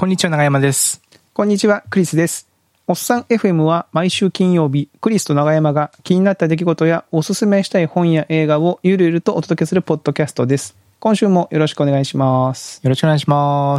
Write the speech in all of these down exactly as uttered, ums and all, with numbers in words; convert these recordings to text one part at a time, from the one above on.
こんにちは、長山です。 こんにちは、クリスです。おっさん エフエム は毎週金曜日、クリスと長山が気になった出来事やおすすめしたい本や映画をゆるゆるとお届けするポッドキャストです。今週もよろしくお願いします。 よろしくお願いします。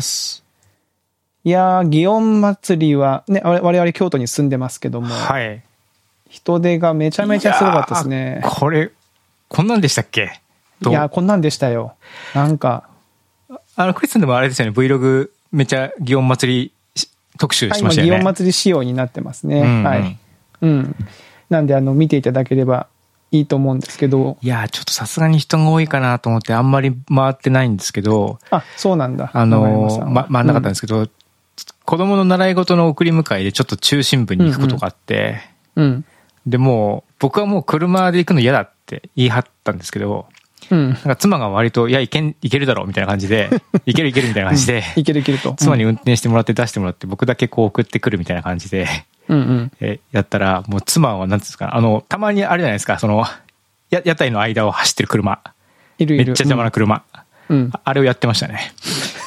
いやー、祇園祭りはね、我々京都に住んでますけども、 はい。 人手がめちゃめちゃすごかったですね。 これ、こんなんでしたっけ？ いやー、こんなんでしたよ。なんか。 あの、クリスさんでもあれですよね、Vlog めっちゃ祇園祭り特集しましたよね。 今、祇園祭り仕様になってますね。 うんうん、 はい。うん。なんで、あの、見ていただければいいと思うんですけど。 いやー、ちょっとさすがに人が多いかなと思ってあんまり回ってないんですけど。 あ、そうなんだ。 あの、ま、回んなかったんですけど、うん、子供の習い事の送り迎えでちょっと中心部に行くことがあって、 うんうん、 で、もう、僕はもう車で行くの嫌だって言い張ったんですけど、うん、なんか妻が割と、いや、いけん、いけるだろうみたいな感じで、いけるいけるみたいな感じで、 うん、いけるいけると。 妻に運転してもらって出してもらって、僕だけこう送ってくるみたいな感じで、 うんうん、 えやったら、もう妻はなんですか、あの、たまにあれじゃないですか、その、や屋台の間を走ってる車。 いるいる。 めっちゃ邪魔な車。 うん、 あれをやってましたね。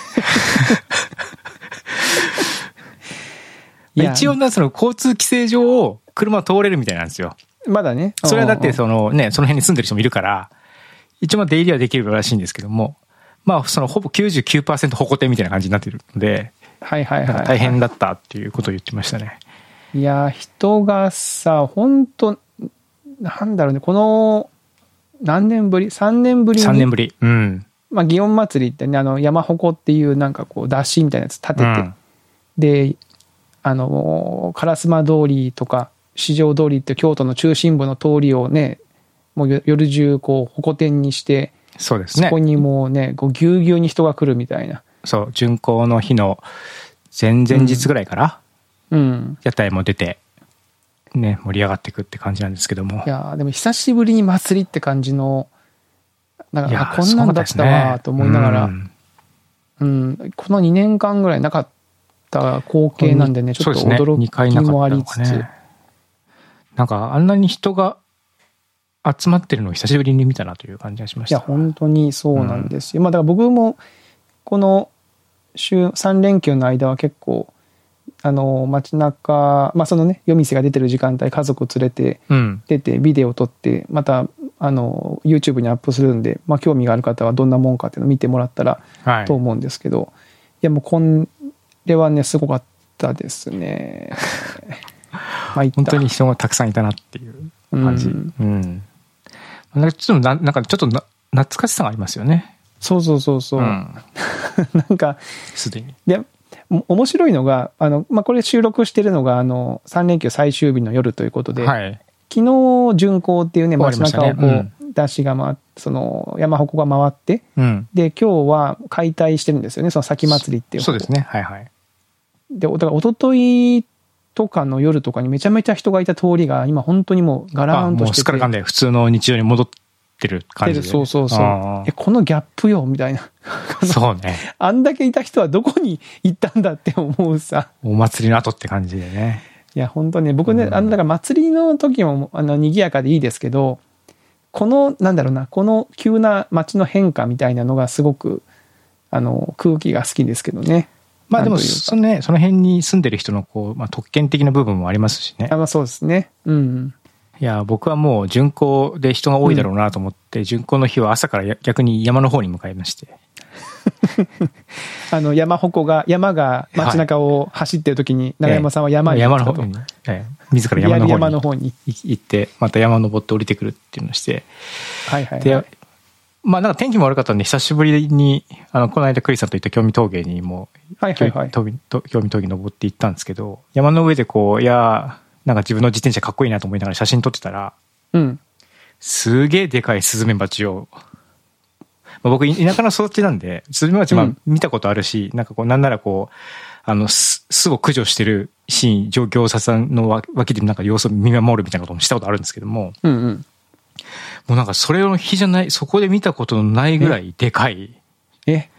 一応な、その交通規制上を車通れるみたいなんですよ。 まだね。 それはだってそのね、その辺に住んでる人もいるから、一応まあ出入りはできるらしいんですけども、まあそのほぼ きゅうじゅうきゅうパーセント 保護店みたいな感じになってるので、 はいはいはい、はい。 大変だったっていうことを言ってましたね。 いや、人がさ、本当なんだろうね、この、何年ぶり ?さん 年ぶりに。 さんねんぶり。うん。 まあ祇園祭りってね、あの山鉾っていうなんかこう出しみたいなやつ立てて、うん、で、あの、烏丸通りとか、四条通りって京都の中心部の通りをね、もう夜中こう鉾店にして、 そうですね。 そこにもうね、こうぎゅうぎゅうに人が来るみたいな。 そう、巡行の日の前々日ぐらいから、うん、屋台も出て、ね、盛り上がっていくって感じなんですけども。 いやでも久しぶりに祭りって感じの、なんかこんなんだったわと思いながら、う、ね、うん、うん、このにねんかんぐらいなかった光景なんでね、ちょっと驚きもありつつ、ね、 なんかあんなに人が集まってるのを久しぶりに見たなという感じがしました。 いや本当にそうなんですよ、うん、まあだから僕もこの週さん連休の間は結構あの街中、まあそのね夜店が出てる時間帯家族連れて出てビデオ撮ってまたあの YouTube にアップするんで、まあ興味がある方はどんなもんかっていうのを見てもらったらと思うんですけど、はい、いやもうこれはねすごかったですね。まあ、 本当に人がたくさんいたなっていう感じ。うん。うんなんかちょっとな、なんかちょっとな懐かしさがありますよね。 そうそうそうそう。うん、なんか、 すでに。 で、面白いのが、あの、まあ、これ収録してるのが、あの、さん連休最終日の夜ということで、はい、昨日巡行っていうね、街中をこう、ねうん、出しが回って、その、山鉾が回って、うん、で、今日は解体してるんですよね、その先祭りっていう。 そうですね、はいはい。 で、だから一昨日とかの夜とかにめちゃめちゃ人がいた通りが今本当にもうガラーンとしてて、もうすっからかんで普通の日常に戻ってる感じで、 そうそうそう、えこのギャップよみたいな。 そうね。 あんだけいた人はどこに行ったんだって思うさ。 お祭りの後って感じでね。 いや本当ね僕ね、うん、あのだから祭りの時もあの賑やかでいいですけど、このなんだろうなこの急な街の変化みたいなのがすごくあの空気が好きですけどね。 まあでもそのね、その辺に住んでる人のこう、まあ、特権的な部分もありますしね。 あ、まあそうですね。うん。 いや、僕はもう巡行で人が多いだろうなと思って、うん、巡行の日は朝から逆に山の方に向かいまして。 あの山鉾が、山が街中を走ってる時に、長山さんは山に行ったと。 山の方に、ええ、自ら山の方に山の方に行って、また山登って降りてくるっていうのをして。はいはい、はい。でまあなんか天気も悪かったんで久しぶりにあのこの間クリスさんと行った興味峠にも興味峠登って行ったんですけど、山の上でこういやなんか自分の自転車かっこいいなと思いながら写真撮ってたら、うん、すげえでかいスズメバチを、まあ、僕田舎の育ちなんでスズメバチまあ見たことあるし、うん、なんかこうなんならこうあの巣を駆除してるシーン状況ささんの脇でなんか様子を見守るみたいなこともしたことあるんですけども。うんうんもうなんかそれの日じゃない、そこで見たことのないぐらいでかい。 え、え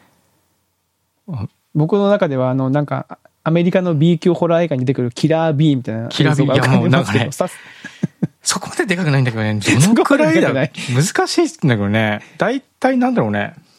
僕の中ではあのなんかアメリカの B 級ホラー映画に出てくるキラー B みたいな。 キラー B、いやもうなんかね、そこまででかくないんだけどね、どのくらいだろう。難しいんだけどね、だいたいなんだろうね、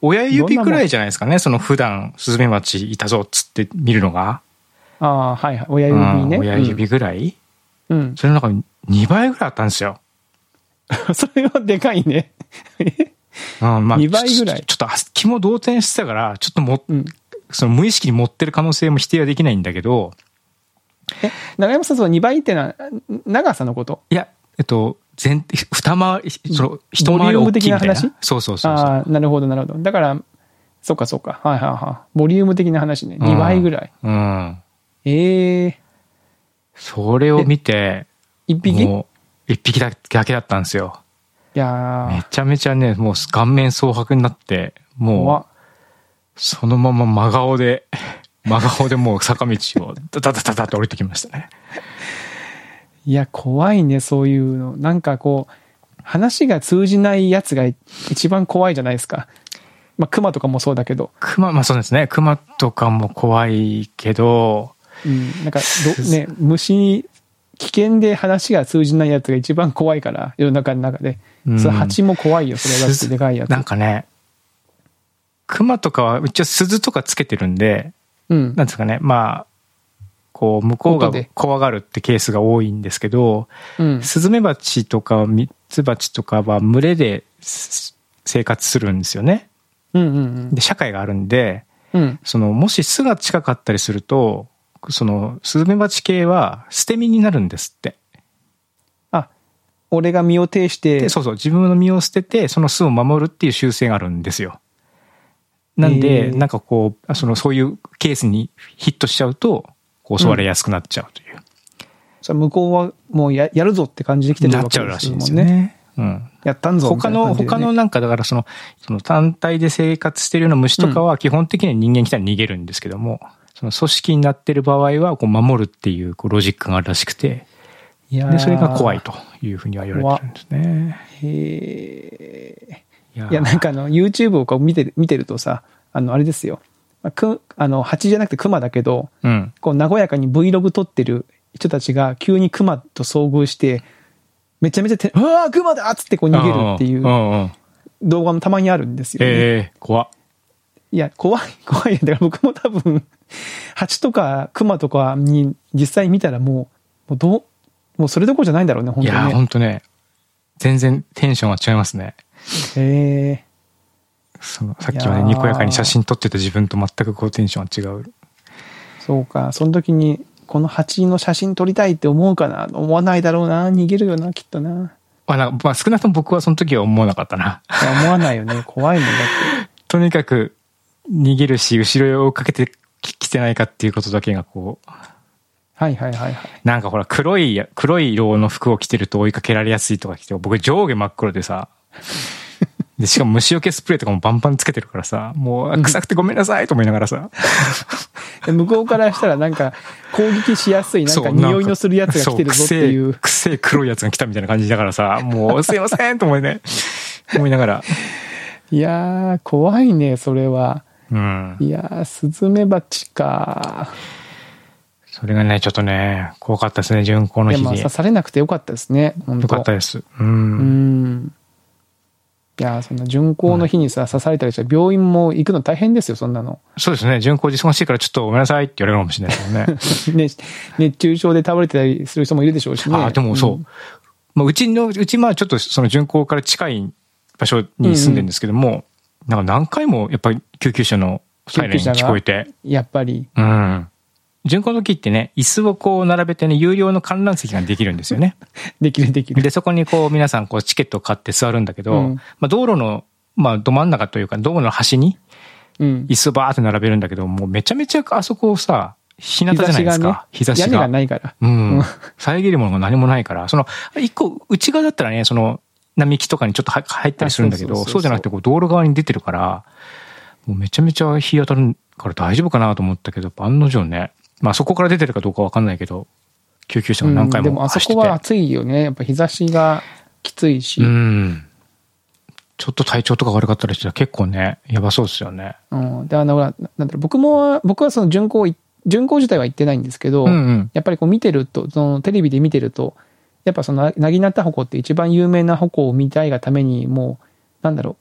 親指くらいじゃないですかね。その普段スズメバチいたぞっつって見るのが。 ああ、はいはい。親指ね。 うん、親指ぐらい、 うん。 それなんかにばいぐらいあったんですよ。 それはでかいね。 うん、まあ、 にばいぐらい。 ちょっと気も動転してたから、ちょっとも、 うん、 その無意識に持ってる可能性も否定はできないんだけど。 え、長山さん、そのにばいってのは長さのこと？ いや、えっと、全、二回り、その、一回り大きいみたいな。そうそうそうそう。 ああ、なるほど、なるほど。だから、そうかそうか。はいはいはい。ボリューム的な話ね。にばいぐらい。 うん。うん、 ええー。 それを見て、 一匹？ もう、一匹だけだったんですよ。 いやめちゃめちゃね、もう顔面蒼白になって、もう、そのまま真顔で、真顔でもう坂道をダダダダダって降りてきましたね。 いや、怖いね、そういうの。なんかこう、話が通じないやつが一番怖いじゃないですか。まあ、熊とかもそうだけど。 熊、まあそうですね。熊とかも怖いけど、 うん、なんかど、ね、虫、危険で話が通じないやつが一番怖いから、世の中の中で。うん、それ蜂も怖いよ、それだってでかいやつ。 なんかね、熊とかは一応鈴とかつけてるんで、うん、なんですかね、まあ、こう、向こうが怖がるってケースが多いんですけど、うん、スズメバチとかミツバチとかは群れで生活するんですよね。 うんうんうん、 で、社会があるんで、 うん、 その、もし巣が近かったりすると、その、スズメバチ系は捨て身になるんですって。 あ、俺が身を挺して。 そうそう、自分の身を捨てて、その巣を守るっていう習性があるんですよ。なんで、なんかこう、その、そういうケースにヒットしちゃうと、こう襲われやすくなっちゃうという。うん、 それ向こうはもう や, やるぞって感じで来てるわけですもんね。なっちゃうらしいですよね。 うん。 やったんぞみたいな感じで、ね。 他の、他のなんか、だからその、その単体で生活してるような虫とかは基本的には人間来たら逃げるんですけども、うん、その組織になってる場合は、こう守るっていうこうロジックがあるらしくて、いやで、それが怖いというふうには言われてるんですね。 へえ。いや、いやなんかあの、YouTube をこう見て、見てるとさ、あの、あれですよ。くあの、蜂じゃなくて熊だけど、うん、こう、和やかに Vlog 撮ってる人たちが急に熊と遭遇して、めちゃめちゃて、うわー熊だっつってこう逃げるっていう動画もたまにあるんですよね。 えー、怖っ。 いや、怖い、怖い。だから僕も多分、蜂とか熊とかに実際見たらもう、もうどう、もうそれどころじゃないんだろうね、本当に、ね。 いや、本当ね、全然テンションは違いますね。 へえ。 そのさっきまでにこやかに写真撮ってた自分と全くこうテンションは違う。 そうか、その時にこの蜂の写真撮りたいって思うかな、思わないだろうな、逃げるよな、きっとな。 まあ、なんかまあ少なくとも僕はその時は思わなかったな。 いや思わないよね、怖いもんだって。 とにかく逃げるし、後ろへ追いかけてきてないかっていうことだけがこう。 はいはいはいはい。 なんかほら黒い、黒い色の服を着てると追いかけられやすいとか来て、僕上下真っ黒でさ、で、しかも虫除けスプレーとかもバンバンつけてるからさ、もう臭くてごめんなさいと思いながらさ。 向こうからしたらなんか攻撃しやすい、なんか匂いのするやつが来てるぞっていう。 くせえ黒いやつが来たみたいな感じだからさ、もうすいませんと思いね、思いながら。 いやー、怖いね、それは。 うん。 いやー、スズメバチか。 それがね、ちょっとね、怖かったですね、巡航の日に。いや、まあ刺されなくてよかったですね、本当。 よかったです。うん。 うんいやそんな巡航の日にさ、うん、刺されたりしたら病院も行くの大変ですよ、そんなの。そうですね。 巡航忙しいからちょっとごめんなさいって言われるかもしれないですよね。 ね熱中症で倒れてたりする人もいるでしょうしね。 あ、でもそう。うん、まあ、うちの、うちまあちょっとその巡航から近い場所に住んでるんですけども、うんうん、なんか何回もやっぱり救急車のサイレン聞こえて。 やっぱり。 うん。巡航の時ってね、椅子をこう並べてね、有料の観覧席ができるんですよね。 できるできる。 で、そこにこう皆さんこうチケットを買って座るんだけど、うん、まあ道路の、まあど真ん中というか道路の端に、椅子をバーって並べるんだけど、もうめちゃめちゃあそこさ、日向じゃないですか。日差しが。 屋根がないから。 うん。遮るものが何もないから、その、一個、内側だったらね、その、並木とかにちょっと入ったりするんだけど、そうじゃなくてこう道路側に出てるから、もうめちゃめちゃ日当たるから大丈夫かなと思ったけど、案の定ね。まあそこから出てるかどうかわかんないけど、救急車が何回も走ってて、うん、でもあそこは暑いよね。やっぱ日差しがきついし。 うん。ちょっと体調とか悪かったりしたら結構ね、やばそうですよね。 うん。で、あの、なんだろう、僕も、僕はその巡航、巡航自体は行ってないんですけど、うんうん、やっぱりこう見てると、そのテレビで見てると、やっぱその、なぎなた鉾って一番有名な鉾を見たいがために、もう、なんだろ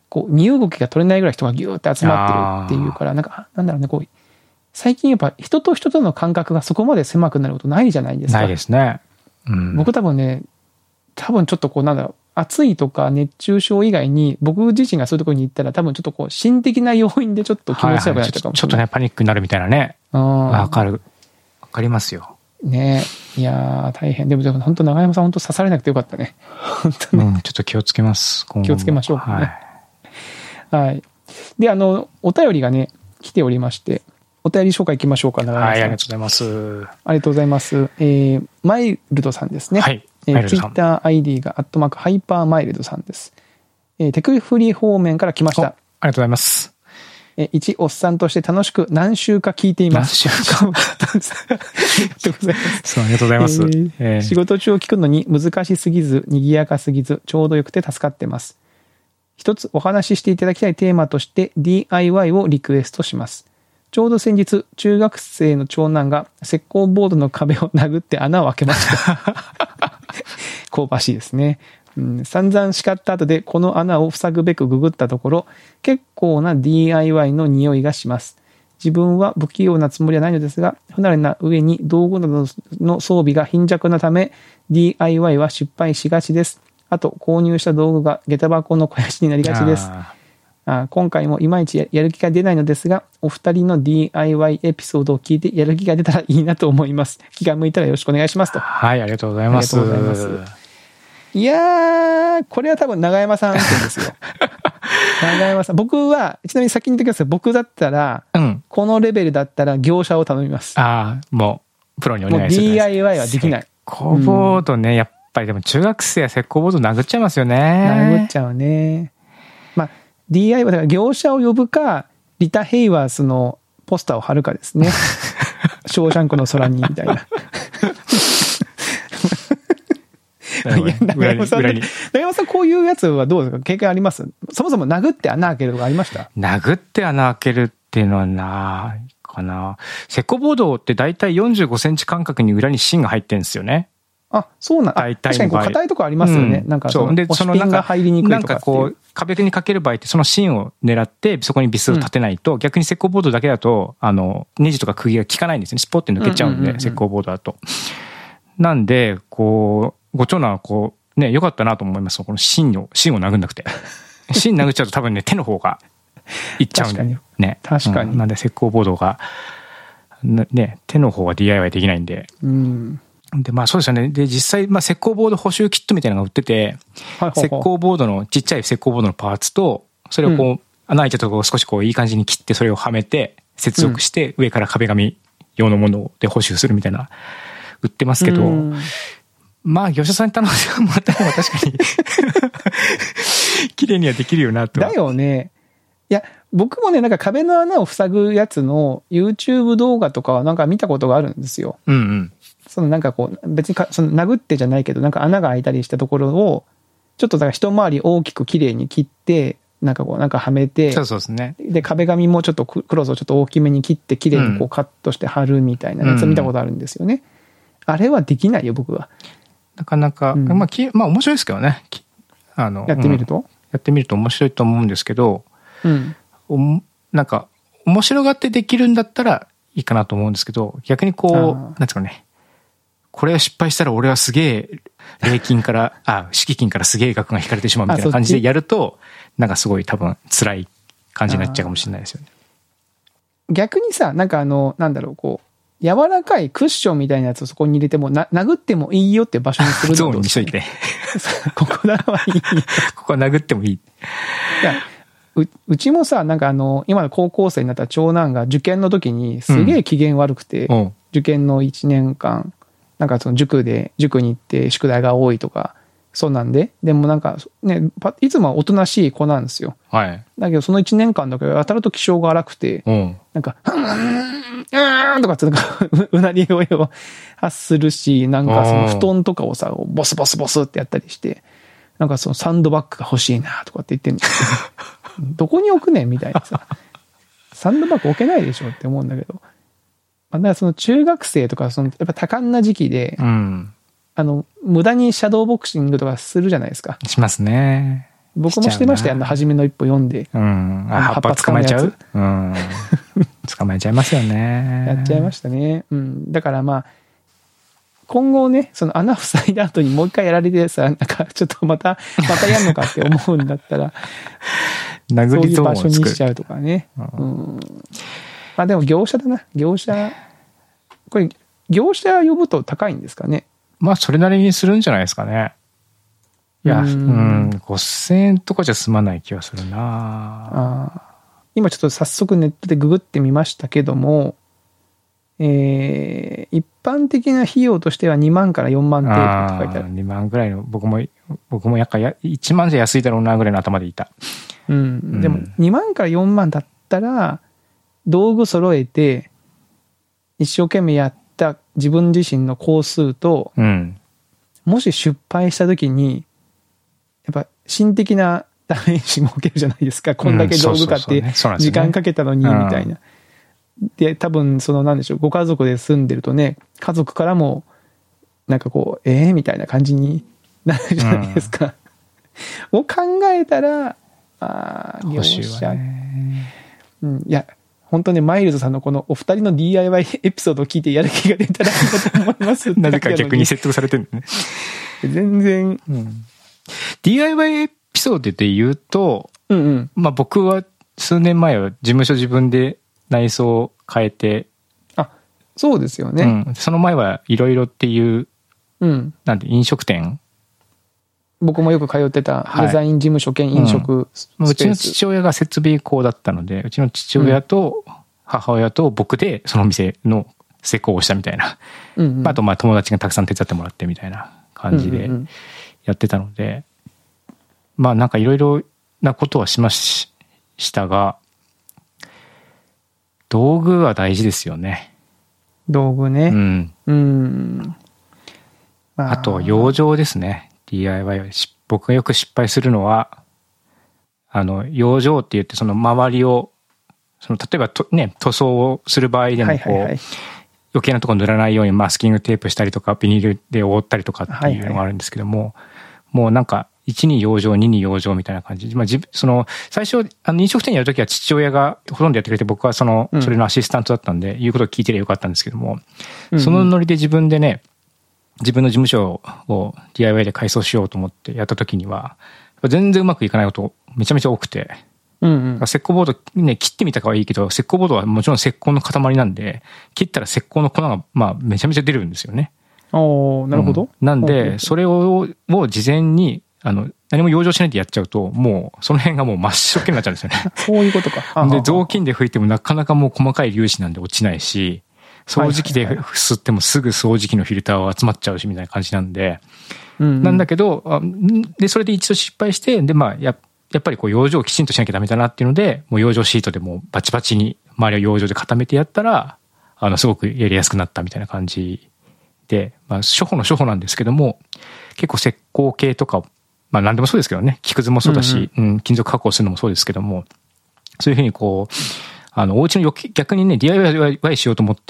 こう身動きが取れないぐらい人がギューって集まってるっていうから、なんかなんだろうね、こう最近やっぱ人と人との間隔がそこまで狭くなることないじゃないですか。 ないですね。うん、 僕多分ね、多分ちょっとこうなんだろう、暑いとか熱中症以外に僕自身がそういうところに行ったら多分ちょっとこう心的な要因でちょっと気持ち悪くなっちゃうかもしれない。はいはい、ちょっとねパニックになるみたいなね。わかる。わかりますよ。 ねえ、いやー大変。でもでも本当長山さん本当刺されなくてよかったね。本当ね、 うん。ちょっと気をつけます。 気をつけましょうかね。はい。はい。で、あの、お便りがね、来ておりまして、お便り紹介いきましょうか、長山さん。 はい、ありがとうございます。 ありがとうございます。えー、マイルドさんですね。はい。えー、ツイッター アイディー がアットマークハイパーマイルドさんです。えー、テクフリー方面から来ました。ありがとうございます。 えー、一おっさんとして楽しく何週か聞いています。 何週かありがとうございます。そう、ありがとうございます。えーえー、 仕事中を聞くのに難しすぎず、賑やかすぎず、ちょうどよくて助かってます。一つお話ししていただきたいテーマとして ディーアイワイ をリクエストします。ちょうど先日、中学生の長男が石膏ボードの壁を殴って穴を開けました。香ばしいですね。うん、散々叱った後でこの穴を塞ぐべくググったところ、結構な ディーアイワイ の匂いがします。自分は不器用なつもりはないのですが、不慣れな上に道具などの装備が貧弱なため、ディーアイワイ は失敗しがちです。あと、購入した道具が下駄箱の肥やしになりがちです。あ今回もいまいちやる気が出ないのですが、お二人の ディーアイワイ エピソードを聞いてやる気が出たらいいなと思います。気が向いたらよろしくお願いしますと。 はい、ありがとうございます。ありがとうございます。 いやー、これは多分長山さんですよ。長山さん。僕は、ちなみに先に言ってください。僕だったら、うん、このレベルだったら業者を頼みます。 ああ、もう、プロにお願いする。 もう ディーアイワイ はできない。 石膏ボードね、うん、やっぱりでも中学生は石膏ボード殴っちゃいますよね。 殴っちゃうね。まあ、ディーアイワイ だから業者を呼ぶか、リタ・ヘイワースのポスターを貼るかですね。ショーシャンクの空にみたいな。長山さん、長山さんこういうやつはどうですか？経験あります？そもそも殴って穴開けるとかありました？ 殴って穴開けるっていうのはないかな。石膏ボードって大体よんじゅうごセンチ間隔に裏に芯が入ってるんですよね。 あ、そうなんだ。確かにこう硬いとこありますよね。うん、なんかその、押しピンが入りにくいとかっていう。 なんかこう、壁にかける場合ってその芯を狙ってそこにビスを立てないと、うん、逆に石膏ボードだけだと、あの、ネジとか釘が効かないんですよね。スポッて抜けちゃうんで、石膏ボードだと。なんで、こう、ご長男はこう、ね、良かったなと思います。この芯を、芯を殴んなくて。芯殴っちゃうと多分ね、手の方がいっちゃうんで。確かに。ね。 確かに。 うん、なんで石膏ボードが、ね、手の方は ディーアイワイ できないんで。 うん。 で、まあそうですよね。で、実際、まあ石膏ボード補修キットみたいなのが売ってて、はい、石膏ボードの、ちっちゃい石膏ボードのパーツと、それをこう、うん、穴開いたところを少しこういい感じに切って、それをはめて、接続して、上から壁紙用のもので補修するみたいな、売ってますけど、うん、まあ業者さんに頼んでもらった方が確かに、綺麗にはできるよなと。 だよね。いや、僕もね、なんか壁の穴を塞ぐやつの YouTube 動画とかはなんか見たことがあるんですよ。 うんうん。 そのなんかこう、別にかその殴ってじゃないけど、なんか穴が開いたりしたところを、ちょっとだから一回り大きく綺麗に切って、なんかこう、なんかはめて、 そうそうですね。 で、壁紙もちょっとクロスをちょっと大きめに切って、綺麗にこうカットして貼るみたいなやつを見たことあるんですよね。うんうん、あれはできないよ、僕は。 なかなか、うん、まあ、きまあ面白いですけどね。あの、 やってみると、うん、 やってみると面白いと思うんですけど、 うん。 おなんか、面白がってできるんだったらいいかなと思うんですけど、逆にこう、なんですかね、これを失敗したら俺はすげえ、礼金から、あ、敷金からすげえ額が引かれてしまうみたいな感じでやると、なんかすごい多分辛い感じになっちゃうかもしれないですよね。 逆にさ、なんかあの、なんだろう、こう、柔らかいクッションみたいなやつをそこに入れても、な、殴ってもいいよって場所にするのゾーンにしといて。 ここだはいい。 ここは殴ってもいい。いや、う、うちもさ、なんかあの、今の高校生になった長男が受験の時にすげえ機嫌悪くて、うん、受験のいちねんかん、なんかその塾で、塾に行って宿題が多いとか、そうなんで、でもなんかね、いつもはおとなしい子なんですよ。 はい。 だけどそのいちねんかんだけやたらと気性が荒くて、うん、なんか、うーんとかってなんかうなり声を発するし、なんかその布団とかをさ、ボスボスボスってやったりして、なんかそのサンドバッグが欲しいなとかって言ってんですけど、どこに置くねんみたいなさ、サンドバッグ置けないでしょって思うんだけど、まあ、だからその中学生とかそのやっぱ多感な時期で、 うん、 あの無駄にシャドーボクシングとかするじゃないですか。 しますね。 僕もしてましたよ、あの初めの一歩読んで。 うん。あ、葉っぱ捕まえちゃう？うん。捕まえちゃいますよね。 やっちゃいましたね。うん。だからまあ、今後ね、その穴塞いだ後にもう一回やられてさ、なんかちょっとまた、またやるのかって思うんだったら、 殴りゾーンを作る。 そういう場所にしちゃうとかね。うん。うん、まあでも業者だな。業者、これ、業者呼ぶと高いんですかね。 まあそれなりにするんじゃないですかね。いや、うん、ごせんえんとかじゃ済まない気がするなあ。 今ちょっと早速ネットでググってみましたけども、えー、一般的な費用としてはにまんからよんまん程度って書いてある。 あにまんぐらいの、僕も、僕もやっぱやいちまんじゃ安いだろうなぐらいの頭でいた。 うん。うん、でもにまんからよんまんだったら、道具揃えて、一生懸命やった自分自身の工数と、うん、もし失敗した時に、やっぱ心的なダメージも受けるじゃないですか。こんだけ道具買って時間かけたのに、みたいな。で、多分、その、なんでしょう、ご家族で住んでるとね、家族からも、なんかこう、ええー、みたいな感じになるじゃないですか。うん、を考えたら、ああ、業者、ね。うん、いや、本当ね、マイルズさんのこのお二人の ディーアイワイ エピソードを聞いてやる気が出たらいいなと思いますなぜか逆に説得されてるんだね。 全然、うん、 ディーアイワイ エピソードで言うと、うんうん、まあ僕は数年前は事務所自分で内装を変えて、 あ、そうですよね。 うん、その前はいろいろっていう、うん、なんて飲食店、 僕もよく通ってたデザイン事務所兼飲食スペース、 はい、うん、うちの父親が設備工だったので、うちの父親と母親と僕でその店の施工をしたみたいな、うんうん、あとまあ友達がたくさん手伝ってもらってみたいな感じでやってたので、うんうんうん、まあなんかいろいろなことはしまし、したが、道具は大事ですよね。 道具ね。 うん。うん。あと、養生ですね。ディーアイワイ は。僕がよく失敗するのは、あの、養生って言って、その周りを、その、例えばと、ね、塗装をする場合でも、こう、はいはいはい、余計なところ塗らないようにマスキングテープしたりとか、ビニールで覆ったりとかっていうのがあるんですけども、はいはい、もうなんか、いちに養生、にに養生みたいな感じで、まあ、自その、最初、あの、飲食店やるときは父親がほとんどやってくれて、僕はその、それのアシスタントだったんで、うん、言うことを聞いてりゃよかったんですけども、うんうん、そのノリで自分でね、自分の事務所を ディーアイワイ で改装しようと思ってやったときには、全然うまくいかないことめちゃめちゃ多くて、うんうん、石膏ボードね、切ってみたかはいいけど、石膏ボードはもちろん石膏の塊なんで、切ったら石膏の粉が、まあ、めちゃめちゃ出るんですよね。 おー、なるほど。うん、 なんで、それを、を事前に、あの、何も養生しないでやっちゃうと、もう、その辺がもう真っ白けになっちゃうんですよね。 そういうことか。 で、雑巾で拭いてもなかなかもう細かい粒子なんで落ちないし、掃除機で吸ってもすぐ掃除機のフィルターは集まっちゃうし、みたいな感じなんで。うんうん、なんだけど、で、それで一度失敗して、で、まあ、や、やっぱりこう、養生をきちんとしなきゃダメだなっていうので、もう養生シートでもうバチバチに周りを養生で固めてやったら、あの、すごくやりやすくなったみたいな感じで、まあ、初歩の初歩なんですけども、結構石膏系とか、まあ何でもそうですけどね、木くずもそうだし、うんうんうん、金属加工するのもそうですけども、そういうふうにこう、あの、お家の余計、逆にね、ディーアイワイ ワイしようと思って、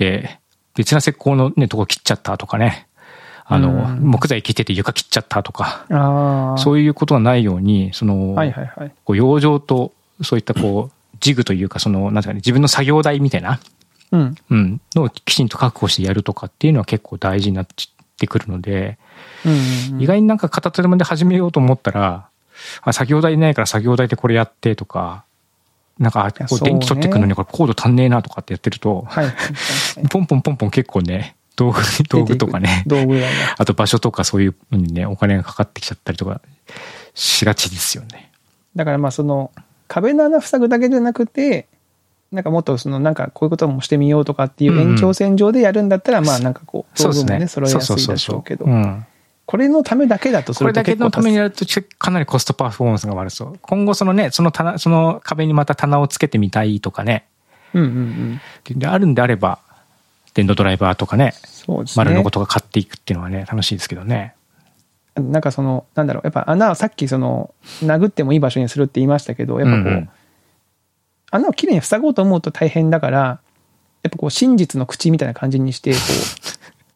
別な石膏のね、とこ切っちゃったとかね、あの、うん、木材切ってて床切っちゃったとか、あそういうことがないように、その、はいはいはい、こう養生と、そういったこう、ジグというか、その、なんていうかね、自分の作業台みたいな、うん、うん、のをきちんと確保してやるとかっていうのは結構大事になってくるので、うんうん、意外になんか片手間で始めようと思ったら、あ、作業台ないから作業台でこれやってとか、なんか、こう電気取ってくるのにこれコード足んねえなとかってやってると、はいはいはい、ポンポンポンポン結構ね、道具、道具とかね、道具あと場所とかそういうのにね、お金がかかってきちゃったりとかしがちですよね。 だからまあその、壁の穴塞ぐだけじゃなくて、なんかもっとそのなんかこういうこともしてみようとかっていう延長線上でやるんだったら、まあなんかこう、道具もね、揃えやすいでしょうけど、これのためだけだとそれと結構、これだけのためにやるとかなりコストパフォーマンスが悪そう。今後そのね、その棚、その壁にまた棚をつけてみたいとかね。うんうんうん。で、あるんであれば、電動ドライバーとかね。そうですね。丸のことが買っていくっていうのはね、楽しいですけどね。なんかその、なんだろう、やっぱ穴をさっきその、殴ってもいい場所にするって言いましたけど、やっぱこう、うんうん、穴をきれいに塞ごうと思うと大変だから、やっぱこう真実の口みたいな感じにして、こう、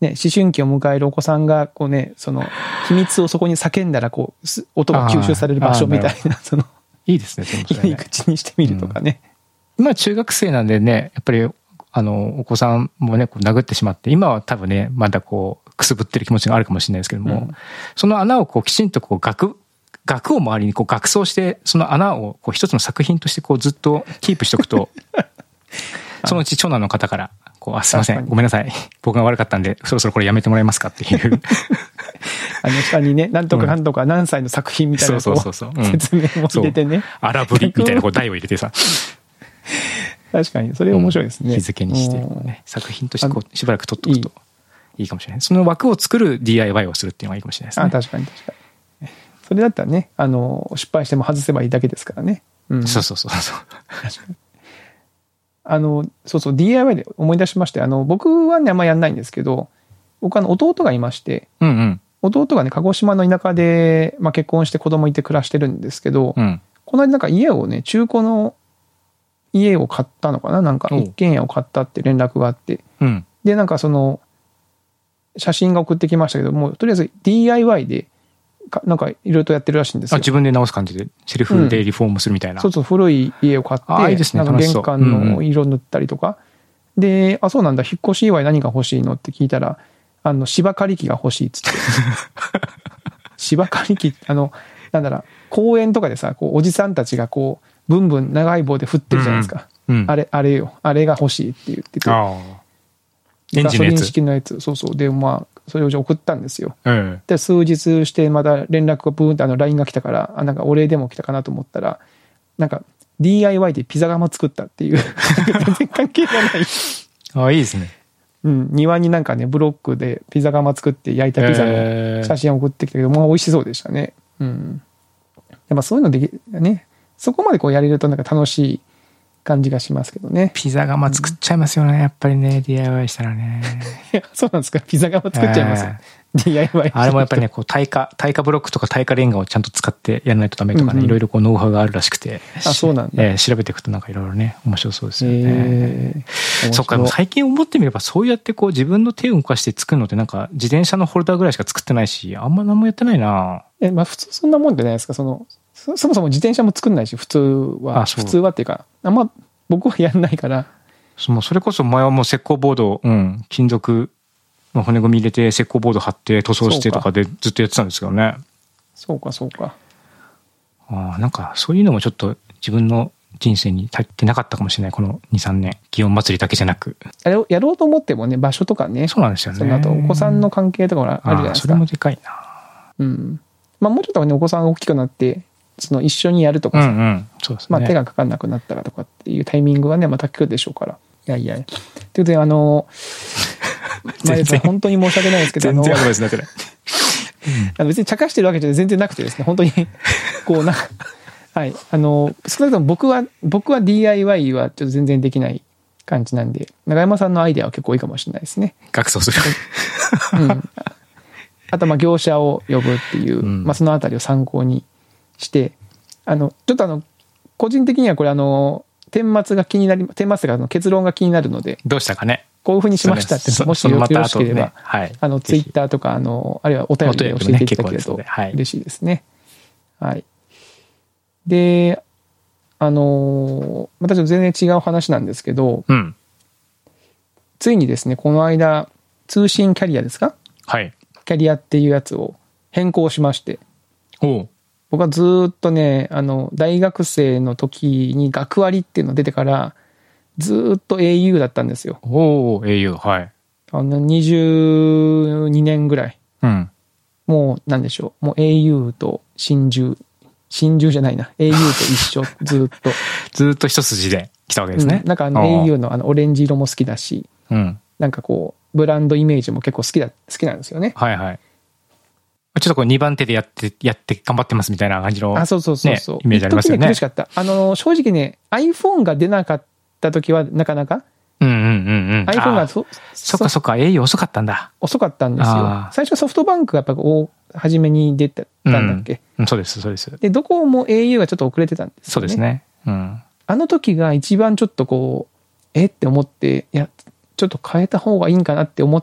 ね、思春期を迎えるお子さんが、こうね、その、秘密をそこに叫んだら、こう、音が吸収される場所みたいな、その、 いいですね、 入り口にしてみるとかね。 うん、今、中学生なんでね、やっぱり、あの、お子さんもね、こう殴ってしまって、今は多分ね、まだこう、くすぶってる気持ちがあるかもしれないですけども、うん、その穴をこう、きちんとこう、額、額を周りにこう、額装して、その穴をこう、一つの作品としてこう、ずっとキープしておくと、そのうち長男の方から、こう、あ、すいません、ごめんなさい。僕が悪かったんで、そろそろこれやめてもらえますかっていう。 あの下にね、なんとかなんとか何歳の作品みたいな、 そうそうそうそう。 説明も入れてね。 荒ぶりみたいなこう台を入れてさ。 確かに、それ面白いですね。 うん、日付にして、ね、作品としてこうしばらく取っとくといいかもしれない。その枠を作る ディーアイワイ をするっていうのがいいかもしれないですね。 あ、確かに確かに。それだったらね、あの、失敗しても外せばいいだけですからね。 うん、そうそうそうそう。 確かに。あの、そうそう、ディーアイワイ で思い出しまして、あの、僕はね、あんまやんないんですけど、僕あの、弟がいまして、 うんうん、 弟がね、鹿児島の田舎で、まあ、結婚して子供いて暮らしてるんですけど、 うん、 この間なんか家をね、中古の家を買ったのかな、なんか一軒家を買ったって連絡があって、 うん、 で、なんかその、写真が送ってきましたけども、とりあえず ディーアイワイ で、なんかいろいろとやってるらしいんですよ。 あ、自分で直す感じでセルフでリフォームするみたいな、うん、 そうそう、古い家を買って、 あ、いいですね、 なんか玄関の色塗ったりとか、うんうん、で、あ、そうなんだ、引っ越し祝い何が欲しいのって聞いたら、あの芝刈り機が欲しいっつって芝刈り機、あのなんだろう、公園とかでさ、こうおじさんたちがこうブンブン長い棒で振ってるじゃないですか、うんうん、あれあれよ、あれが欲しいって言ってて、あガソリン式のやつ、そうそうで、まあそれをじゃ送ったんですよ、 うん、で数日してまた連絡がブーンってあの ライン が来たから、あ、なんかお礼でも来たかなと思ったら、なんか ディーアイワイ でピザ窯作ったっていう全然関係がないあ、いいですね。 うん、庭になんかね、ブロックでピザ窯作って焼いたピザの写真を送ってきたけど、まあ美味しそうでしたね。うん。やっぱそういうのできね、そこまでこうやれるとなんか楽しい感じがしますけどね。 ピザ窯作っちゃいますよね、うん、やっぱりね、ディーアイワイ したらね。 そうなんですか、ピザ窯作っちゃいます。ディーアイワイ。 あれもやっぱりね、こう耐火、耐火ブロックとか耐火レンガをちゃんと使ってやらないとダメとかね、いろいろこうノウハウがあるらしくて。 あ、そうなんだ。 えー、調べていくとなんかいろいろね、面白そうですよね。 えー、 そっか、最近思ってみればそうやってこう自分の手を動かして作るのってなんか自転車のホルダーぐらいしか作ってないし、あんま何もやってないな。 え、まあ普通そんなもんじゃないですか、その、そ, そもそも自転車も作んないし、普通は。普通はっていうか、あんま僕はやんないから。 そ, それこそ前はもう石膏ボード、うん、金属、骨組み入れて石膏ボード貼って塗装してとかでずっとやってたんですけどね。 そうかそうか。 ああ、なんかそういうのもちょっと自分の人生に足ってなかったかもしれない、このに、さんねん。祇園祭りだけじゃなく。 やろ, やろうと思ってもね、場所とかね。 そうなんですよね。 その後お子さんの関係とかもあるじゃないですか。 それもでかいな。 うん。まあもうちょっとね、お子さんが大きくなって、その一緒にやるとかさ、 うんうん、そうですね、 まあ手がかかんなくなったらとかっていうタイミングはね、また来るでしょうから。いやいや。ということで、あの、まあ、本当に申し訳ないですけど、 全然アドバイスになってない。 あの別に茶化してるわけじゃ全然なくてですね、本当にこうな、はい、あの少なくとも僕は僕は ディーアイワイ はちょっと全然できない感じなんで、永山さんのアイデアは結構いいかもしれないですね。 学装する。 うん。あとまあ業者を呼ぶっていう、うん、まあそのあたりを参考にして、あのちょっとあの個人的にはこれあの顛末が気になり、顛末があの結論が気になるので、 どうしたかね。 こういうふうにしましたって、もしよろしければ、ね、はい、あのツイッターとかあのあるいはお便りで教えていただけると嬉しいですね。はい。で、あのまたちょっと全然違う話なんですけど、 うん、 ついにですね、この間通信キャリアですか？ はい。 キャリアっていうやつを変更しまして、 おう。 僕はずっとね、あの大学生の時に学割っていうの出てからずっと エーユー だったんですよ。 おお、エーユー、はい。 あのにじゅうにねんぐらい。 うん。 もうなんでしょう。もう エーユー と真珠、真珠じゃないな。エーユー と一緒、ずっと。 ずっと一筋で来たわけですね。 うん、なんかあの エーユー のあのオレンジ色も好きだし、 うん、 なんかこうブランドイメージも結構好きだ好きなんですよね。 はいはい。ちょっとこうにばん手でやってやって頑張ってますみたいな感じの、ね、 あ、そうそうそうそう、 イメージありますよね。 苦しかった。あの正直ね、 iPhone が出なかった時はなかなか。 うんうんうんうん。 iPhone がそそっかそっか、 エーユー 遅かったんだ。 遅かったんですよ。最初ソフトバンクがやっぱこう初めに出てたんだっけ、 うん、そうですそうです。 でどこも エーユー がちょっと遅れてたんですよね。 そうですね。うん。 あの時が一番ちょっとこうえって思って、いやちょっと変えた方がいいんかなって思っ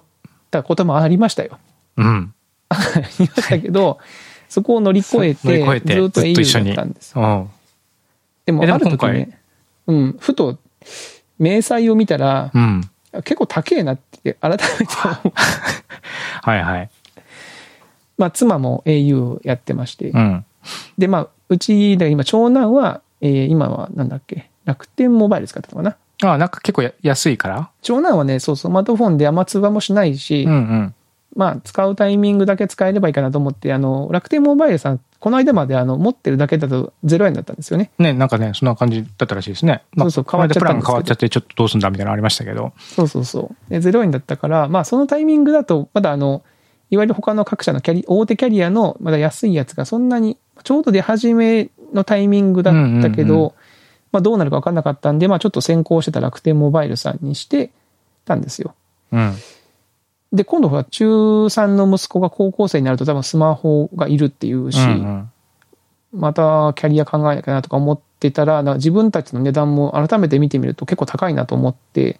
たこともありましたよ。 うん。 ありましたけど、そこを乗り越えて、ずっと エーユー だったんですよ。でも、ある時ね、うん、ふと、明細を見たら、うん、結構高えなって改めて思う。 はいはい。 まあ、妻も エーユー やってまして。 うん、 で、まあ、うちで今、長男は、えー、今はなんだっけ、楽天モバイル使ってたのかな。ああ、なんか結構や安いから長男はね、そう、スマートフォンであんま通話もしないし、 うんうん、 まあ、使うタイミングだけ使えればいいかなと思って、あの、楽天モバイルさん、この間まであの、持ってるだけだとゼロえんだったんですよね。 ね、なんかね、そんな感じだったらしいですね。まあ、 そうそう、変わっちゃったんですけど。プラン変わっちゃって、ちょっとどうすんだみたいなのありましたけど。 そうそうそう。で、ゼロえんだったから、まあ、そのタイミングだと、まだあの、いわゆる他の各社のキャリ、大手キャリアのまだ安いやつがそんなに、ちょうど出始めのタイミングだったけど、うんうんうん、まあ、どうなるか分かんなかったんで、まあ、ちょっと先行してた楽天モバイルさんにしてたんですよ。 うん。 で、今度は中さんの息子が高校生になると多分スマホがいるっていうし、うんうん、またキャリア考えなきゃなとか思ってたら、なんか自分たちの値段も改めて見てみると結構高いなと思って、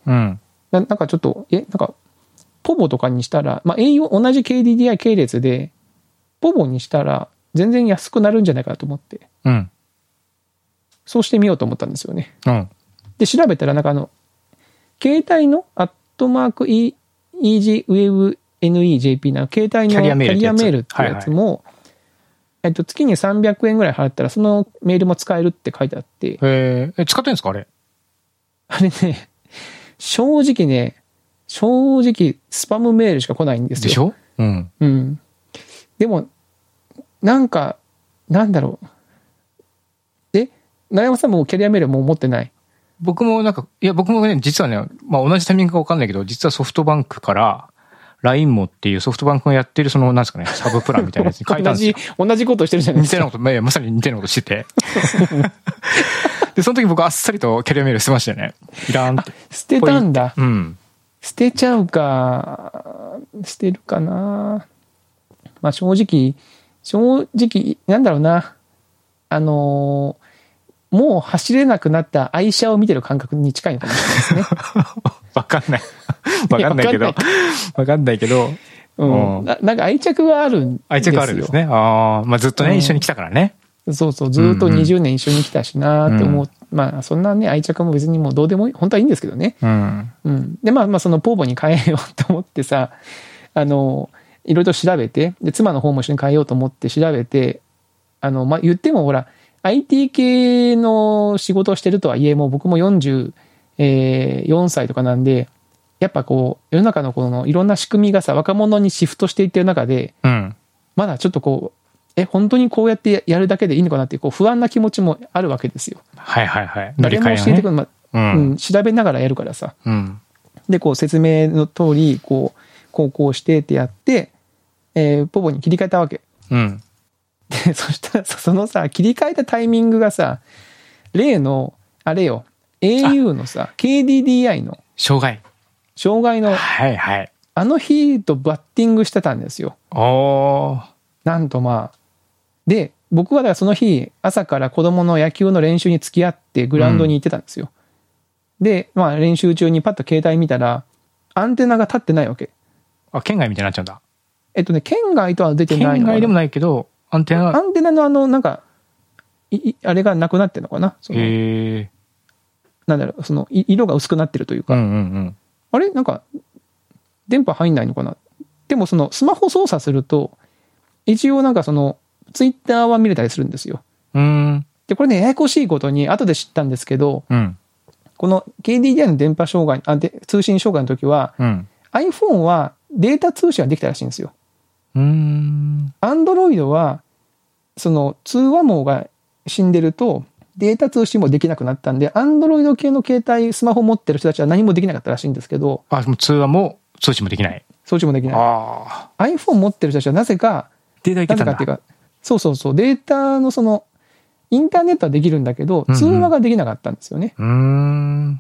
うん、 な, なんかちょっと、え、なんか、ポボとかにしたら、まあ、エーユー 同じ ケーディーディーアイ 系列で、ポボにしたら全然安くなるんじゃないかなと思って、 うん、 そうしてみようと思ったんですよね。 うん、 で、調べたら、なんかあの、携帯のアットマーク イージーウェブエヌイージェーピー な携帯のキャリアメールってやつも、はいはい、えっと、月にさんびゃくえんぐらい払ったら、そのメールも使えるって書いてあって。 へえ、使ってんですかあれ。 あれね、正直ね、正直、スパムメールしか来ないんですよ。 でしょ？うん。 うん。でも、なんか、なんだろう。え、長山さんもキャリアメールもう持ってない？ 僕もなんか、いや僕もね、実はね、まあ同じタイミングかわかんないけど、実はソフトバンクから、ライン もっていうソフトバンクがやってるその、なんですかね、サブプランみたいなやつに書いたんですよ。 同じ、同じことしてるじゃないですか。 似たようなこと、まさに似たようなことしてて。で、その時僕あっさりとキャリアメール捨てましたよね。いらんって。 捨てたんだ。 うん。 捨てちゃうか。捨てるかな。まあ正直、正直、なんだろうな。あのー、もう走れなくなった愛車を見てる感覚に近いのかもしれないですね。 わかんない。わかんないけど。わかんないけど。 うん、な, なんか愛着があるんですよ。 愛着あるんですね。ああ、まあずっとね、うん、一緒に来たからね。 そうそう、ずっとにじゅうねん一緒に来たしなって思う。うん、まあそんなね、愛着も別にもうどうでもいい、本当はいいんですけどね。 うん。 うん。で、まあまあそのポーボに変えようと思ってさ、あの、いろいろと調べて、で、妻の方も一緒に変えようと思って調べて、あの、まあ言ってもほら、アイティー 系の仕事をしてるとはいえ、もう僕もよんじゅうよんさいとかなんで、やっぱこう、世の中のこのいろんな仕組みがさ、若者にシフトしていってる中で、 うん、 まだちょっとこう、え、本当にこうやってやるだけでいいのかなっていう、こう不安な気持ちもあるわけですよ。 はいはいはい。 誰も教えてくる、ね、まあ、うん、調べながらやるからさ。 うん、 で、こう説明の通り、こう、こうこうしてってやって、えー、ポポに切り替えたわけ。 うん。 で、そしたらさ、そのさ、切り替えたタイミングがさ、例の、あれよ、エーユー のさ、ケーディーディーアイ の。 障害。 障害の。 はいはい。 あの日とバッティングしてたんですよ。 おー。 なんとまあ。で、僕はだからその日、朝から子供の野球の練習に付き合ってグラウンドに行ってたんですよ。うん、で、まあ練習中にパッと携帯見たら、アンテナが立ってないわけ。 あ、県外みたいになっちゃうんだ。 えっとね、県外とは出てないのかな。 県外でもないけど、アンテナが。 アンテナのあの、なんか、いあれがなくなってるのかな。そのへー。 なんだろう、その、色が薄くなってるというか。 うんうんうん。 あれなんか、電波入んないのかな。でもその、スマホ操作すると、一応なんかその、ツイッターは見れたりするんですよ。 うん。 で、これね、ややこしいことに、後で知ったんですけど、 うん、 この ケーディーディーアイ の電波障害、あで通信障害の時は、 うん、 iPhone はデータ通信ができたらしいんですよ。 うーん。 Android は、その通話網が死んでると、データ通信もできなくなったんで、Android 系の携帯、スマホ持ってる人たちは何もできなかったらしいんですけど。 あ、もう通話も通信もできない。 通信もできない。 ああ。 iPhone 持ってる人たちはなぜか、 データいけたんだ。 なぜかっていうか、そうそうそう、データのその、インターネットはできるんだけど、通話ができなかったんですよね。 うん、うん。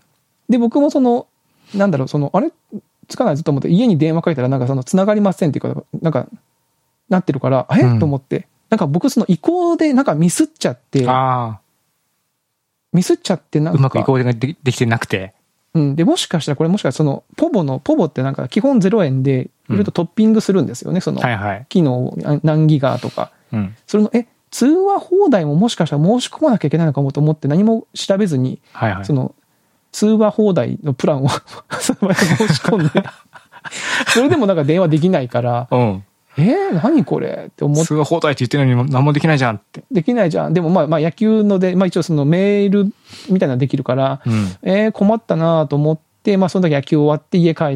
で、僕もその、なんだろう、その、あれつかないぞと思って、家に電話かけたら、なんかその、繋がりませんっていうか、なんか、なってるから、え、うん、と思って。なんか僕その移行でなんかミスっちゃって、 あミスっちゃってなんか。 うまく移行が で, できてなくて。 うん。で、もしかしたらこれもしかしたらその、ポボの、ポボってなんか基本ゼロえんで、 いろいろとトッピングするんですよね、その、機能何ギガとか。うん、それの、え、通話放題ももしかしたら申し込まなきゃいけないのかもと思って何も調べずに、はいはい、その、通話放題のプランをその場で申し込んで、それでもなんか電話できないから、うん、えー、何これって思って。 通話放題って言ってるのに何もできないじゃんって。 できないじゃん。でもまあまあ野球ので、まあ一応そのメールみたいなのできるから、うん、えー、困ったなと思って、まあその時野球終わって家帰って、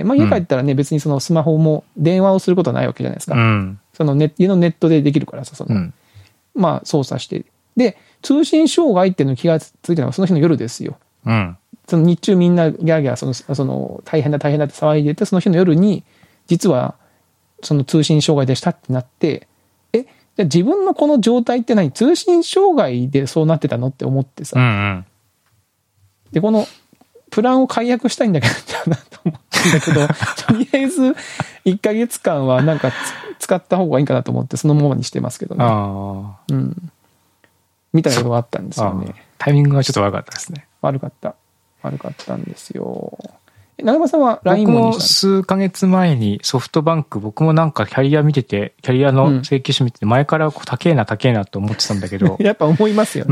まあ家帰ったらね、うん、別にそのスマホも電話をすることはないわけじゃないですか。うん、そのネ家のネットでできるからさ、その、うん、まあ操作して。で、通信障害っていうのに気がついたのはその日の夜ですよ。うん、その日中みんなギャーギャーその、その大変だ大変だって騒いでて、その日の夜に、実はその通信障害でしたってなって、え、じゃあ自分のこの状態って何？通信障害でそうなってたのって思ってさ。うんうん、で、このプランを解約したいんだけど、なと思ってんだけど、とりあえずいっかげつかんはなんか使った方がいいかなと思ってそのままにしてますけどね。あ、うん。みたいなことがあったんですよね。 タイミングがちょっと悪かったですね。 悪かった。悪かったんですよ。長山さんは ラインも僕も数ヶ月前にソフトバンク、僕もなんかキャリア見てて、キャリアの請求書見てて、前からこう高えな高えなと思ってたんだけど。 やっぱ思いますよね。 うん。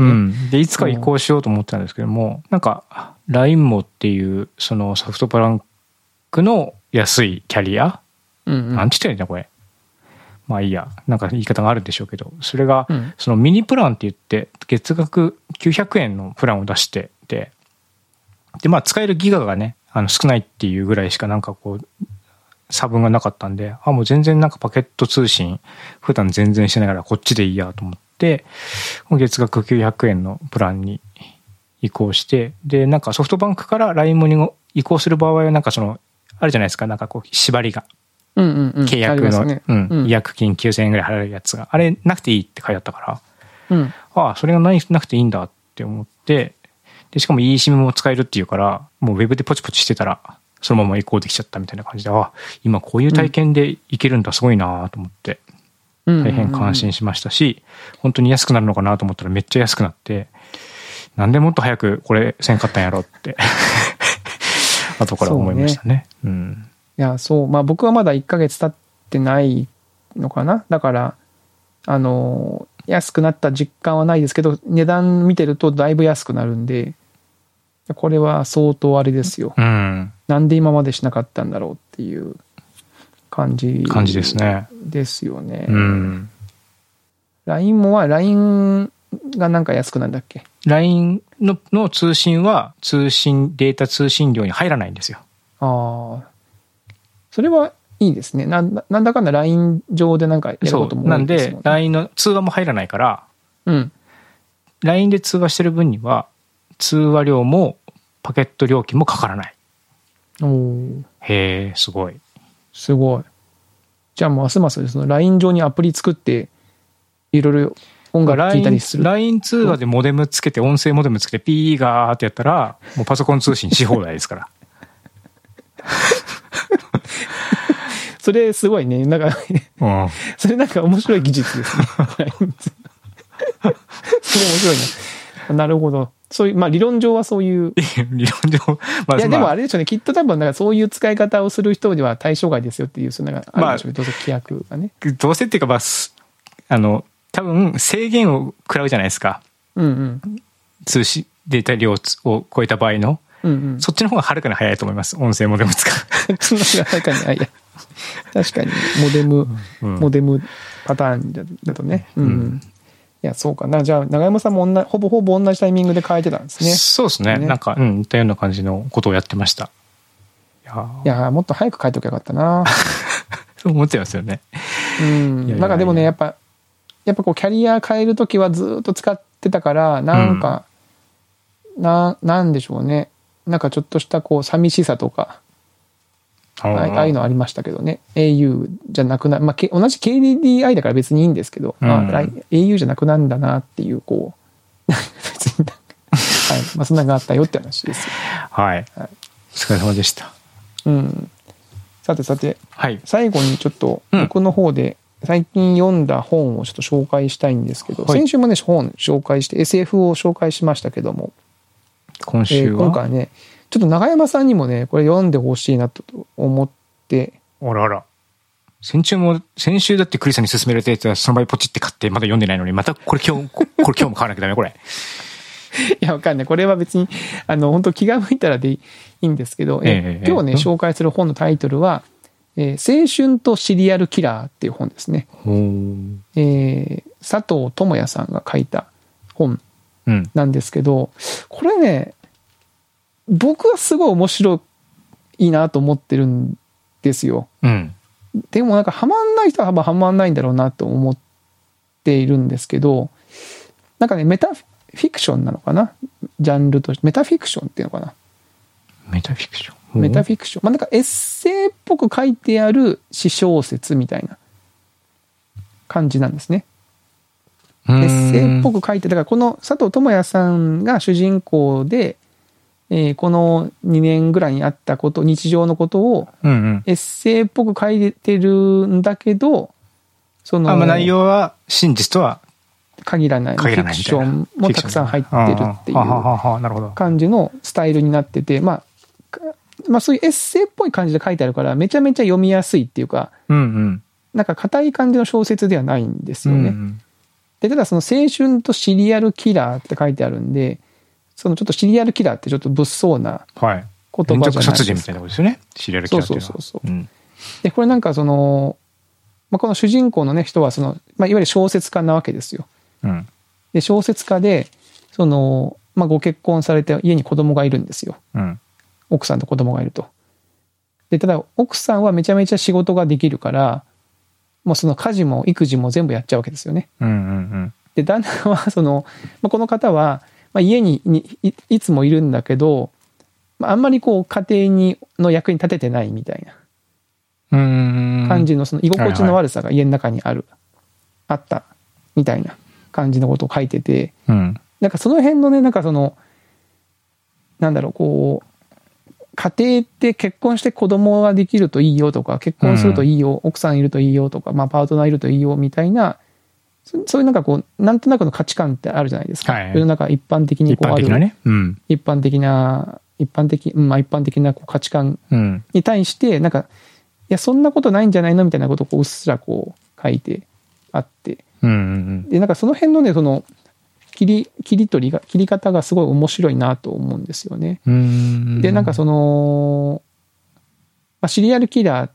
で、いつか移行しようと思ってたんですけども、なんか ライン もっていうそのソフトバンクの安いキャリア、うんうん、なんて言ってんだこれ。まあいいや、なんか言い方があるんでしょうけど、それがそのミニプランって言って月額きゅうひゃくえんのプランを出してて、でまあ使えるギガがね、あの少ないっていうぐらいしかなんかこう差分がなかったんで、あ、もう全然なんかパケット通信普段全然してないからこっちでいいやと思って、月額きゅうひゃくえんのプランに移行して、でなんかソフトバンクから ライン モに移行する場合はなんかそのあるじゃないですか、なんかこう縛りが、うんうんうん、契約の、ね、うんうん、違約金きゅうせんえんぐらい払うやつがあれなくていいって書いてあったから、うん、ああそれがないなくていいんだって思って、でしかも eSIM も使えるっていうからもうウェブでポチポチしてたらそのまま移行できちゃったみたいな感じで、あ、今こういう体験でいけるんだ、すごいなと思って大変感心しましたし、本当に安くなるのかなと思ったらめっちゃ安くなって、なんでもっと早くこれせんかったんやろって後から思いましたね。うん、 いやそう、まあ僕はまだいっかげつ経ってないのかな、だからあの安くなった実感はないですけど、値段見てるとだいぶ安くなるんで、これは相当あれですよ、うん、なんで今までしなかったんだろうっていう感じ感じですね。 ですよね。うん、ライン もは ライン がなんか安くなんだっけ？ ライン の, の通信は通信データ通信量に入らないんですよ。 ああ、それはいいですね。な ん, なんだかんだ ライン 上でなんかやることも多いですもんね。 そうなんで ライン の通話も入らないから、うん、ライン で通話してる分には通話料もパケット料金もかからない。おー、へえ、すごいすごい。じゃあもうますますその ライン 上にアプリ作っていろいろ音楽聴いたりする。 ライン 通話でモデムつけて、音声モデムつけてピーガーってやったらもうパソコン通信し放題ですからそれすごいね。なんか、うん、それなんか面白い技術ですねそれ面白いね。なるほど。そういう、まあ理論上はそういう。 理論上、 まあ、いやでもあれでしょうね。きっと多分なんかそういう使い方をする人には対象外ですよっていう、そのなんかあるでしょうね。どうせ規約がね。 どうせっていうか、まあ、あの、多分制限を食らうじゃないですか。うんうん。通信データ量を超えた場合の。うんうん、そっちの方がはるかに早いと思います。音声モデム使う。 そっちの方がはるかに早い。確かに、モデム、うん、モデムパターンだとね。うん。うん、いや、そうかな。じゃあ、長山さんも同じほぼほぼ同じタイミングで変えてたんですね。 そうですね。ね、なんか、うん、似たような感じのことをやってました。 いや、いやもっと早く変えときゃよかったな。 そう思っちゃいますよね。 うん。いやいやいや、なんかでもね、やっぱ、やっぱこう、キャリア変えるときはずっと使ってたから、なんか、うん、な、なんでしょうね。なんかちょっとしたこう、寂しさとか、ああいうのありましたけどね。エーユー じゃなくな、まあ、同じ ケーディーディーアイ だから別にいいんですけど、うん、あ エーユー じゃなくなんだなっていう、こう、別になんか、はい。まあ、そんなのがあったよって話ですよ。 はい。はい、お疲れ様でした。 うん。さてさて、はい、最後にちょっと、僕の方で、最近読んだ本をちょっと紹介したいんですけど、はい、先週もね、本紹介して、エスエフ を紹介しましたけども、 今週は、えー、 今回ね、ちょっと長山さんにもね、これ読んでほしいなと思って、 あらら。 先週も、先週だってクリスさんに勧められたやつはその場でポチって買ってまだ読んでないのに、またこれ今日、これ今日も買わなきゃダメこれ。 いや、わかんない。これは別に、あの、本当気が向いたらでいいんですけど、ええ、今日ね、紹介する本のタイトルは、えー、青春とシリアルキラーっていう本ですね。えー、佐藤智也さんが書いた本なんですけど、うん、これね、僕はすごい面白いなと思ってるんですよ。うん、でもなんかハマんない人はハマんないんだろうなと思っているんですけど、なんかね、メタフィクションなのかな、ジャンルとして。メタフィクションっていうのかな。 メタフィクションメタフィクション。まあなんかエッセイっぽく書いてある詩小説みたいな感じなんですね。エッセイっぽく書いて、だからこの佐藤智也さんが主人公で、えー、このにねんぐらいにあったこと、日常のことをエッセイっぽく書いてるんだけど、その、 あ、まあ内容は真実とは限らない。フィクションもたくさん入ってるっていう感じのスタイルになってて、まあ、まあそういうエッセイっぽい感じで書いてあるからめちゃめちゃ読みやすいっていうか、うんうん、なんか硬い感じの小説ではないんですよね。うんうん、でただその青春とシリアルキラーって書いてあるんで、そのちょっとシリアルキラーってちょっと物騒な言葉じゃないですか。連続殺人みたいなことですよね。シリアルキラーっていうのは。そうそうそうそう。うん、 でこれなんかその、まあ、この主人公のね人はその、まあ、いわゆる小説家なわけですよ。うん、で小説家でその、まあ、ご結婚されて家に子供がいるんですよ。うん、奥さんと子供がいると。でただ奥さんはめちゃめちゃ仕事ができるからもうその家事も育児も全部やっちゃうわけですよね。うんうんうん、で旦那はその、まあ、この方は、まあ、家に い, い, いつもいるんだけど、まあ、あんまりこう家庭にの役に立ててないみたいな感じのその居心地の悪さが家の中にある、はいはい、あったみたいな感じのことを書いてて、うん、なんかその辺のねなんかそのなんだろうこう家庭って結婚して子供ができるといいよとか結婚するといいよ、うん、奥さんいるといいよとか、まあ、パートナーいるといいよみたいなそういうなんかこうなんとなくの価値観ってあるじゃないですか、はい、世の中一般的にこうある一般的なね、うん、一般的な一般的、まあ、一般的なこう価値観に対してなんかいやそんなことないんじゃないのみたいなことをこううっすらこう書いてあって、うんうんうん、でなんかその辺のねその切り、切り取りが、切り方がすごい面白いなと思うんですよね。うーんで、なんかその、まあ、シリアルキラーって、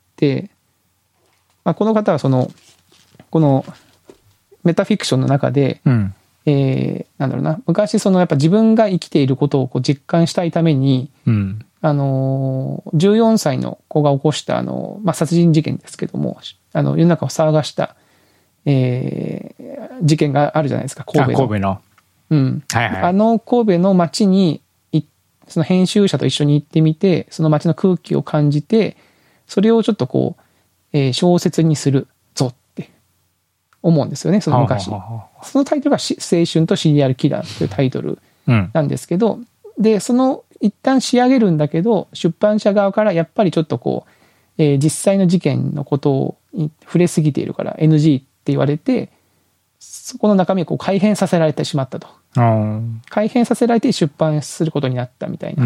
まあ、この方はその、このメタフィクションの中で、うん、えー、なんだろうな、昔そのやっぱ自分が生きていることをこう実感したいために、うん、あの、じゅうよんさいの子が起こしたあの、まあ、殺人事件ですけども、あの、世の中を騒がした、えー、事件があるじゃないですか、神戸の。 神戸の。 うんはいはい、あの神戸の街にその編集者と一緒に行ってみてその街の空気を感じてそれをちょっとこう、えー、小説にするぞって思うんですよねその昔ははははそのタイトルが青春とシリアルキラーというタイトルなんですけど、うん、でその一旦仕上げるんだけど出版社側からやっぱりちょっとこう、えー、実際の事件のことに触れすぎているから エヌジー って言われてそこの中身をこう改変させられてしまったと。改変させられて出版することになったみたいな。うん、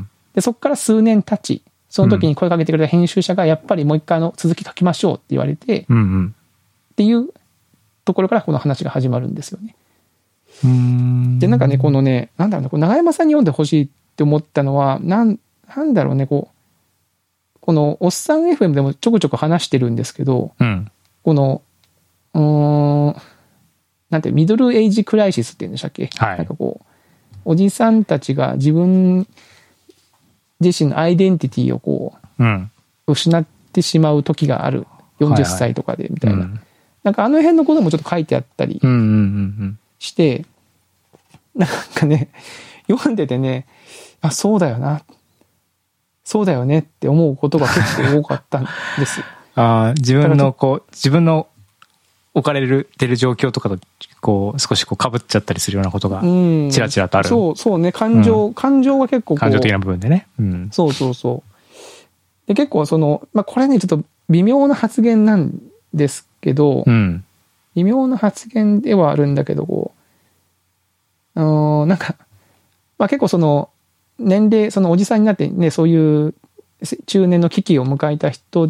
でそこから数年経ち、その時に声かけてくれた編集者がやっぱりもう一回の続き書きましょうって言われて、うんうん、っていうところからこの話が始まるんですよね。うーんでなんかねこのねなんだろうねこう長山さんに読んでほしいって思ったのはなんなんだろうねこうこのおっさん エフエム でもちょくちょく話してるんですけど、うん、このうーんなんてミドルエイジクライシスっていうんでしたっけ、はい、なんかこうおじさんたちが自分自身のアイデンティティをこう、うん、失ってしまう時があるよんじゅっさいとかでみたいな、はいはいうん、なんかあの辺のこともちょっと書いてあったりして、うんうんうんうん、なんかね読んでてねあそうだよなそうだよねって思うことが結構多かったんですあ自分のこう自分の置かれるてる状況とかとこう少しこう被っちゃったりするようなことがちらちらとある、うん、 そうそうね感情、うん、感情が結構こう感情的な部分でね、うん、 そうそうそうで結構その、まあ、これねちょっと微妙な発言なんですけど、うん、微妙な発言ではあるんだけどこうあなんか、まあ、結構その年齢そのおじさんになってねそういう中年の危機を迎えた人で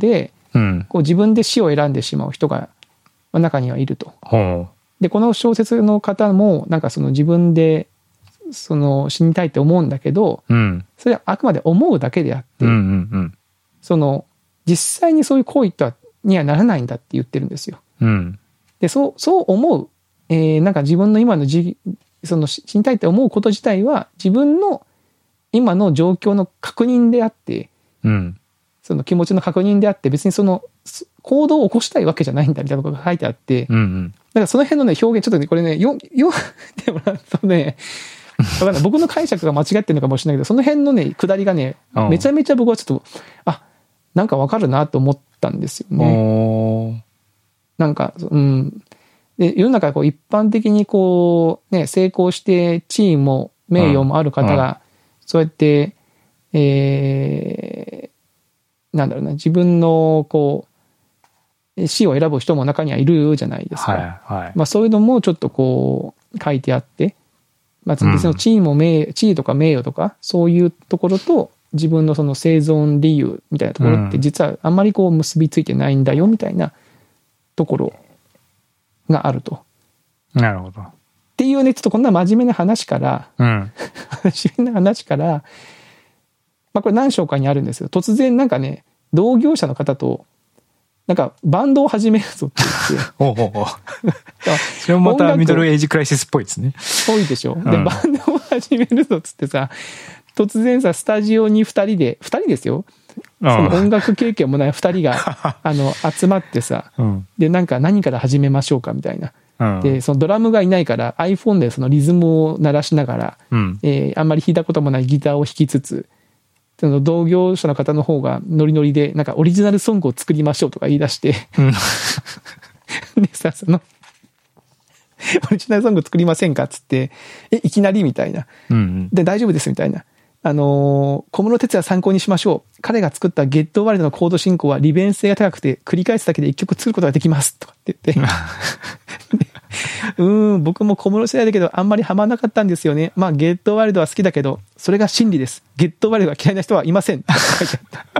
うん、 こう自分で死を選んでしまう人が中にはいると。 ほう。 で、この小説の方も、なんかその自分で、その死にたいって思うんだけど、 うん、 それはあくまで思うだけであって、 うんうんうん、 その、実際にそういう行為とはにはならないんだって言ってるんですよ。 うん、 で、そう、そう思う、えー、なんか自分の今のじ、その死にたいって思うこと自体は、自分の今の状況の確認であって、 うん、 その気持ちの確認であって、別にその行動を起こしたいわけじゃないんだみたいなことが書いてあって、 うんうん、 だからその辺のね、表現、ちょっとね、これね、よ、よ、でもらうとね、わかんない。僕の解釈が間違ってるのかもしれないけど、その辺のね、下りがね、めちゃめちゃ僕はちょっと、あ、なんかわかるなと思ったんですよね。なんか、うん。で、世の中こう一般的にこう、ね、成功して地位も名誉もある方が、そうやって、えー、なんだろうな、自分のこう、死を選ぶ人も中にはいるじゃないですか。 はいはい、 まあそういうのもちょっとこう、書いてあって、まあ、別の地位も名、うん、地位とか名誉とか、そういうところと自分のその生存理由みたいなところって実はあんまりこう結びついてないんだよみたいなところがあると。 なるほど。 っていうね、ちょっとこんな真面目な話から、 うん、 真面目な話から、まあこれ何章かにあるんですよ。突然なんかね、同業者の方と、なんかバンドを始めるぞって言って。 ほうほうほう。それもまたミドルエイジクライシスっぽいですね。 ぽいでしょ。で、うん、バンドを始めるぞっつってさ、突然さ、スタジオに二人で、二人ですよ。その音楽経験もない二人が、あの、集まってさ、うん、で、なんか何から始めましょうかみたいな。うん、で、そのドラムがいないから iPhone でそのリズムを鳴らしながら、うん、えー、あんまり弾いたこともないギターを弾きつつ、その同業者の方の方がノリノリで、なんかオリジナルソングを作りましょうとか言い出して、うん、でさ、その、オリジナルソング作りませんかっつって、え、いきなりみたいな。うんうん、で、大丈夫ですみたいな。あのー、小室哲哉参考にしましょう。彼が作ったゲットワイルドのコード進行は利便性が高くて繰り返すだけで一曲作ることができます。とかって言って。うーん、僕も小室世代だけどあんまりハマらなかったんですよね。まあ、ゲットワイルドは好きだけど、それが真理です。ゲットワイルドが嫌いな人はいません。って書いてあった。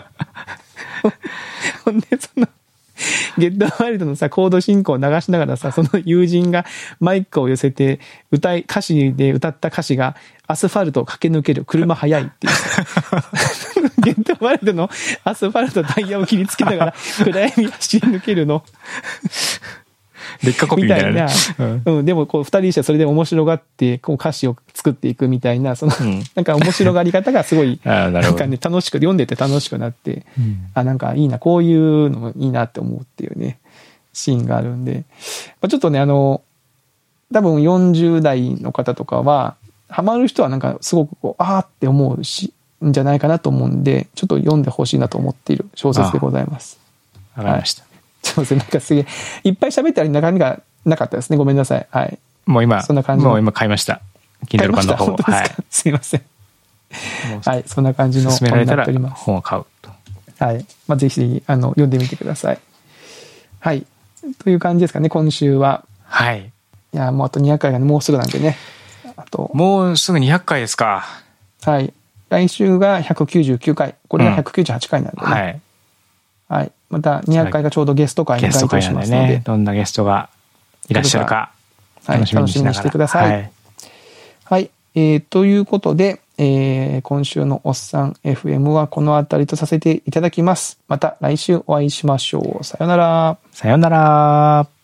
ほんで、その、ゲットワイルドのさ、コード進行を流しながらさ、その友人がマイクを寄せて、歌い、歌詞で歌った歌詞が、アスファルトを駆け抜ける車速いっていう。ゲットワイルドのアスファルトタイヤを切りつけながら、暗闇走り抜けるの。 劣化コピーみたいな、ね。 みたいな。うん。うん、でも、こう、二人してそれで面白がって、こう、歌詞を作っていくみたいな、その、うん、なんか面白がり方がすごい、 ななんかね、楽しく、読んでて楽しくなって、うん、あ、なんかいいな、こういうのもいいなって思うっていうね、シーンがあるんで、まあ、ちょっとね、あの、多分よんじゅう代の方とかは、ハマる人はなんかすごくこう、あーって思うし、んじゃないかなと思うんで、ちょっと読んでほしいなと思っている小説でございます。 わかりました。はいすいません、なんかすげえ、いっぱい喋ったら中身がなかったですね。ごめんなさい。はい。 もう今、 そんな感じもう今買いました。Kindle 版の方。 はい。すいません。はい、そんな感じの本になっております。本を買うと。 はい。まあ、ぜひ、あの、読んでみてください。はい。という感じですかね、今週は。 はい。 いや、もうあとにひゃっかいが、ね、もうすぐなんでね。あと。 もうすぐにひゃっかいですか。 はい。来週がひゃくきゅうじゅうきゅうかい。これがひゃくきゅうじゅうはちかいなんでね。うん、はい。はい。またにひゃっかいがちょうどゲスト会に該当しますので、 ね、どんなゲストがいらっしゃるか楽しみにしながら、はい、楽しみにしてください。はい。はい、えー、ということで、えー、今週のおっさん エフエム はこの辺りとさせていただきます。また来週お会いしましょう。さよなら。 さよなら。